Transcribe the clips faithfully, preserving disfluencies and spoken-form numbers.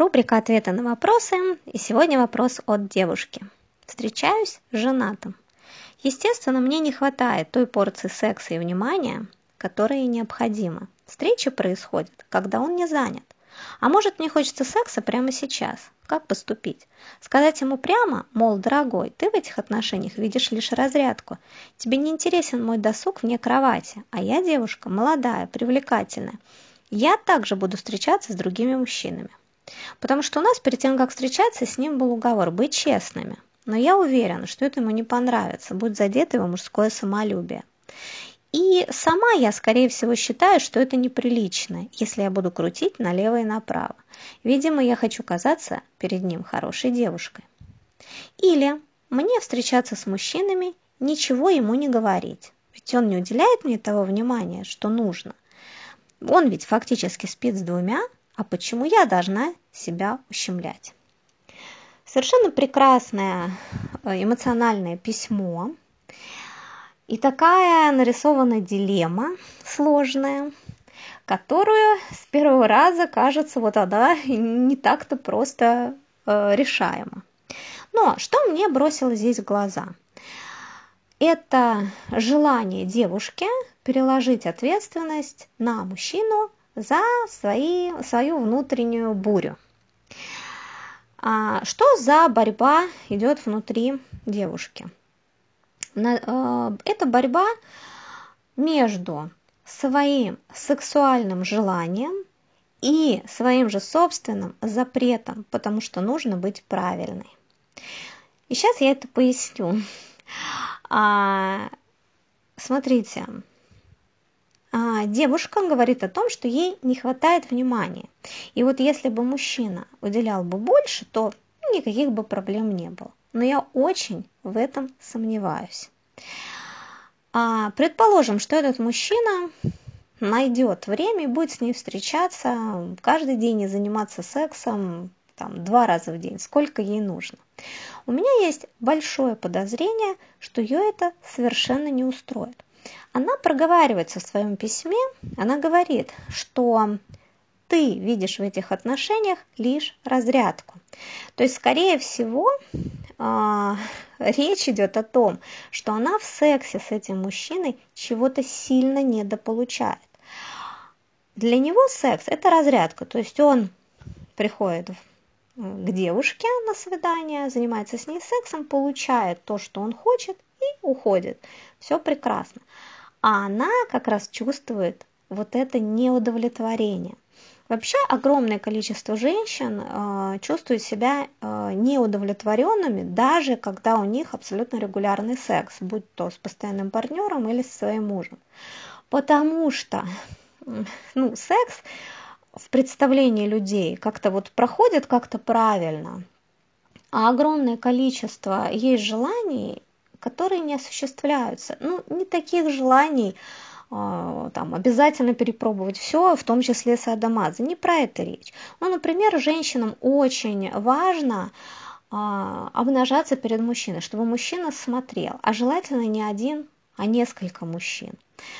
Рубрика «Ответы на вопросы». И сегодня вопрос от девушки. Встречаюсь с женатым. Естественно, мне не хватает той порции секса и внимания, которая необходима. Встреча происходит, когда он не занят. А может, мне хочется секса прямо сейчас. Как поступить? Сказать ему прямо, мол, дорогой, ты в этих отношениях видишь лишь разрядку. Тебе не интересен мой досуг вне кровати, а я девушка молодая, привлекательная. Я также буду встречаться с другими мужчинами. Потому что у нас перед тем, как встречаться, с ним был уговор быть честными. Но я уверена, что это ему не понравится, будет задето его мужское самолюбие. И сама я, скорее всего, считаю, что это неприлично, если я буду крутить налево и направо. Видимо, я хочу казаться перед ним хорошей девушкой. Или мне встречаться с мужчинами, ничего ему не говорить. Ведь он не уделяет мне того внимания, что нужно. Он ведь фактически спит с двумя, а почему я должна себя ущемлять? Совершенно прекрасное эмоциональное письмо. И такая нарисована дилемма сложная, которую с первого раза кажется, вот она не так-то просто э, решаема. Но что мне бросилось здесь в глаза? Это желание девушки переложить ответственность на мужчину за свои, свою внутреннюю бурю. А что за борьба идет внутри девушки? Это борьба между своим сексуальным желанием и своим же собственным запретом, потому что нужно быть правильной. И сейчас я это поясню. А, смотрите, а, девушка говорит о том, что ей не хватает внимания. И вот если бы мужчина уделял бы больше, то никаких бы проблем не было. Но я очень в этом сомневаюсь. А, предположим, что этот мужчина найдет время и будет с ней встречаться каждый день и заниматься сексом там, два раза в день, сколько ей нужно. У меня есть большое подозрение, что ее это совершенно не устроит. Она проговаривается в своем письме, она говорит, что ты видишь в этих отношениях лишь разрядку. То есть, скорее всего, э, речь идет о том, что она в сексе с этим мужчиной чего-то сильно недополучает. Для него секс – это разрядка, то есть он приходит к девушке на свидание, занимается с ней сексом, получает то, что он хочет, и уходит. Все прекрасно. А она как раз чувствует вот это неудовлетворение. Вообще огромное количество женщин э, чувствуют себя э, неудовлетворенными, даже когда у них абсолютно регулярный секс, будь то с постоянным партнером или со своим мужем. Потому что ну, секс в представлении людей как-то вот проходит как-то правильно, а огромное количество есть желаний, которые не осуществляются. Ну, не таких желаний, там, обязательно перепробовать все, в том числе садомазо. Не про это речь. Ну, например, женщинам очень важно а, обнажаться перед мужчиной, чтобы мужчина смотрел, а желательно не один, а несколько мужчин.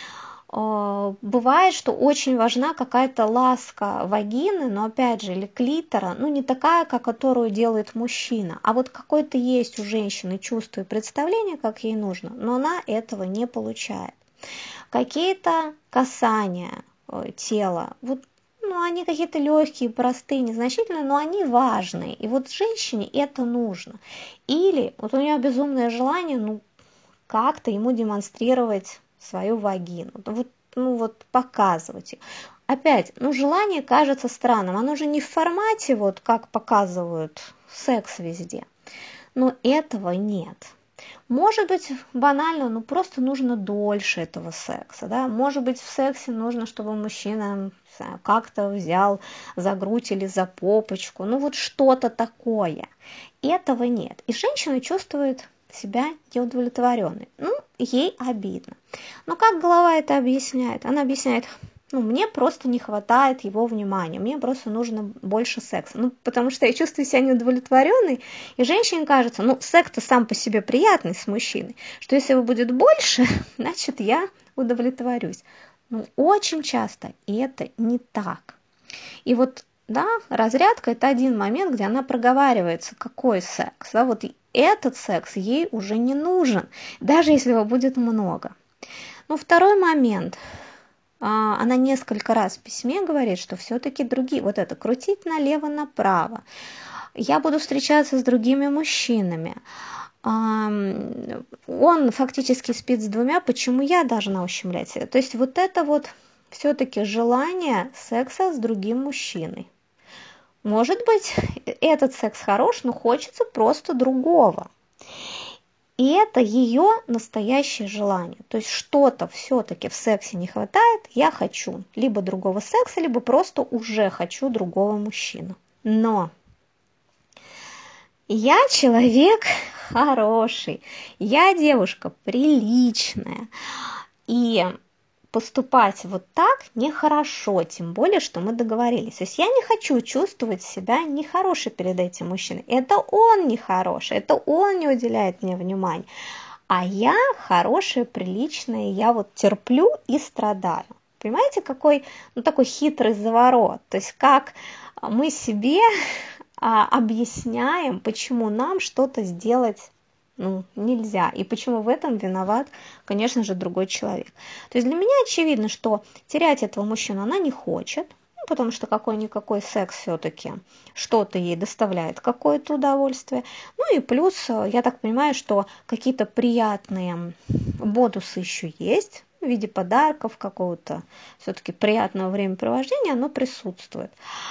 А, бывает, что очень важна какая-то ласка вагины, но опять же, или клитора, ну не такая, как которую делает мужчина, а вот какое-то есть у женщины чувство и представление, как ей нужно, но она этого не получает. Какие-то касания тела, вот, ну, они какие-то легкие, простые, незначительные, но они важные. И вот женщине это нужно. Или вот у нее безумное желание, ну, как-то ему демонстрировать свою вагину, вот, ну, вот показывать ее. Опять, ну, желание кажется странным, оно же не в формате, вот как показывают секс везде, но этого нет. Может быть, банально, ну просто нужно дольше этого секса, да? Может быть, в сексе нужно, чтобы мужчина как-то взял за грудь или за попочку, ну вот что-то такое. Этого нет. И женщина чувствует себя неудовлетворенной. Ну, ей обидно. Но как голова это объясняет? Она объясняет: ну, мне просто не хватает его внимания, мне просто нужно больше секса. Ну, потому что я чувствую себя неудовлетворенной, и женщине кажется, ну, секс-то сам по себе приятный с мужчиной, что если его будет больше, значит, я удовлетворюсь. Ну, очень часто это не так. И вот да, разрядка – это один момент, где она проговаривается, какой секс, да, вот этот секс ей уже не нужен, даже если его будет много. Ну, второй момент, она несколько раз в письме говорит, что все-таки другие, вот это, крутить налево-направо, я буду встречаться с другими мужчинами, он фактически спит с двумя, почему я должна ущемлять себя? То есть вот это вот все-таки желание секса с другим мужчиной. Может быть, этот секс хорош, но хочется просто другого. И это ее настоящее желание. То есть что-то все-таки в сексе не хватает, я хочу либо другого секса, либо просто уже хочу другого мужчину. Но я человек хороший, я девушка приличная, и поступать вот так нехорошо, тем более, что мы договорились. То есть я не хочу чувствовать себя нехорошей перед этим мужчиной. Это он нехороший, это он не уделяет мне внимания. А я хорошая, приличная, я вот терплю и страдаю. Понимаете, какой, ну, такой хитрый заворот. То есть как мы себе а, объясняем, почему нам что-то сделать ну, нельзя, и почему в этом виноват, конечно же, другой человек. То есть для меня очевидно, что терять этого мужчину она не хочет, ну, потому что какой-никакой секс все-таки что-то ей доставляет, какое-то удовольствие. Ну и плюс, я так понимаю, что какие-то приятные бонусы еще есть, в виде подарков, какого-то все-таки приятного времяпровождения, оно присутствует.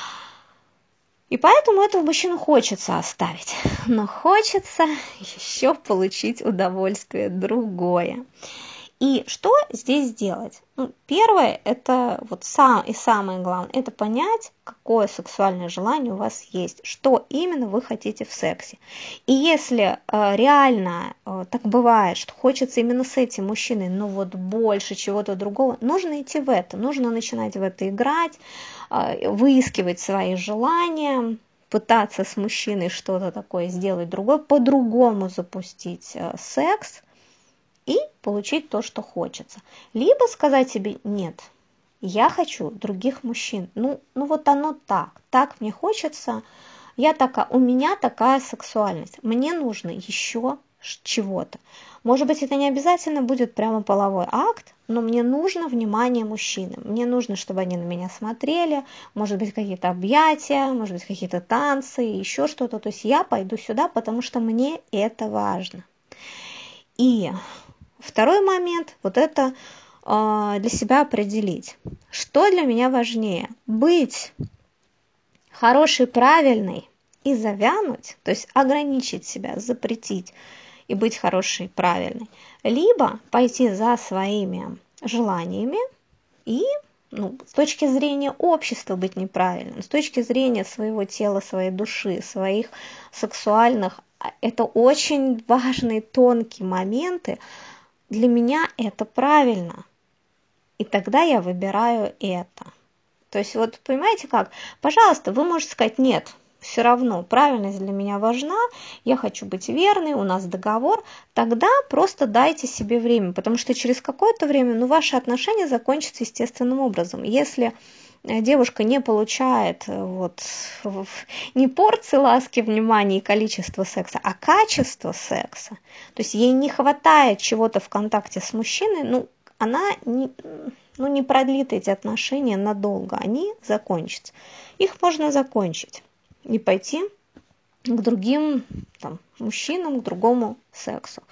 И поэтому этого мужчину хочется оставить, но хочется еще получить удовольствие другое. И что здесь делать? Ну, первое, это вот сам, и самое главное, это понять, какое сексуальное желание у вас есть, что именно вы хотите в сексе. И если э, реально э, так бывает, что хочется именно с этим мужчиной, ну вот больше чего-то другого, нужно идти в это, нужно начинать в это играть, э, выискивать свои желания, пытаться с мужчиной что-то такое сделать другое, по-другому запустить э, секс, и получить то, что хочется. Либо сказать себе, нет, я хочу других мужчин. Ну, ну вот оно так, так мне хочется, я такая, у меня такая сексуальность, мне нужно еще чего-то. Может быть, это не обязательно будет прямо половой акт, но мне нужно внимание мужчины. Мне нужно, чтобы они на меня смотрели, может быть, какие-то объятия, может быть, какие-то танцы, еще что-то. То есть я пойду сюда, потому что мне это важно. И второй момент, вот это э, для себя определить, что для меня важнее, быть хорошей, правильной и завянуть, то есть ограничить себя, запретить и быть хорошей, правильной, либо пойти за своими желаниями и ну, с точки зрения общества быть неправильным, с точки зрения своего тела, своей души, своих сексуальных, это очень важные тонкие моменты. Для меня это правильно, и тогда я выбираю это. То есть вот понимаете как? Пожалуйста, вы можете сказать нет, все равно правильность для меня важна, я хочу быть верной, у нас договор, тогда просто дайте себе время, потому что через какое-то время ну, ваши отношения закончатся естественным образом. Если девушка не получает вот, не порции ласки, внимания и количество секса, а качество секса, то есть ей не хватает чего-то в контакте с мужчиной, ну, она не, ну, не продлит эти отношения надолго, они закончатся. Их можно закончить и пойти к другим там, мужчинам, к другому сексу.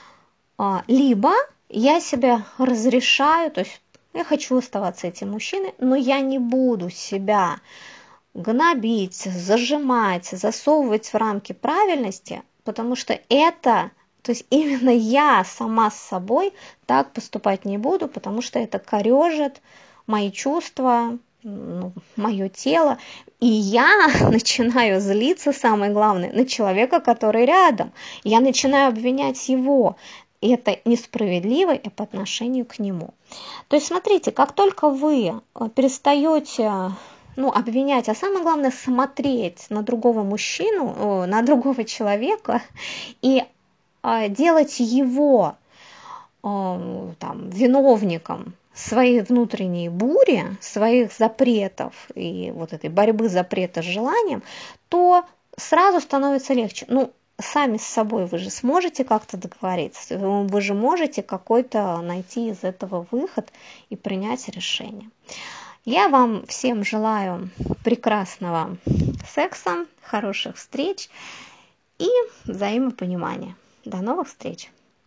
Либо я себе разрешаю, то есть я хочу оставаться этим мужчиной, но я не буду себя гнобить, зажимать, засовывать в рамки правильности, потому что это, то есть именно я сама с собой так поступать не буду, потому что это корежит мои чувства, ну, мое тело, и я начинаю злиться, самое главное, на человека, который рядом. Я начинаю обвинять его. И это несправедливо и по отношению к нему. То есть, смотрите, как только вы перестаете ну, обвинять, а самое главное смотреть на другого мужчину, на другого человека и делать его там, виновником своей внутренней бури, своих запретов и вот этой борьбы запрета с желанием, то сразу становится легче. Ну, сами с собой вы же сможете как-то договориться, вы же можете какой-то найти из этого выход и принять решение. Я вам всем желаю прекрасного секса, хороших встреч и взаимопонимания. До новых встреч!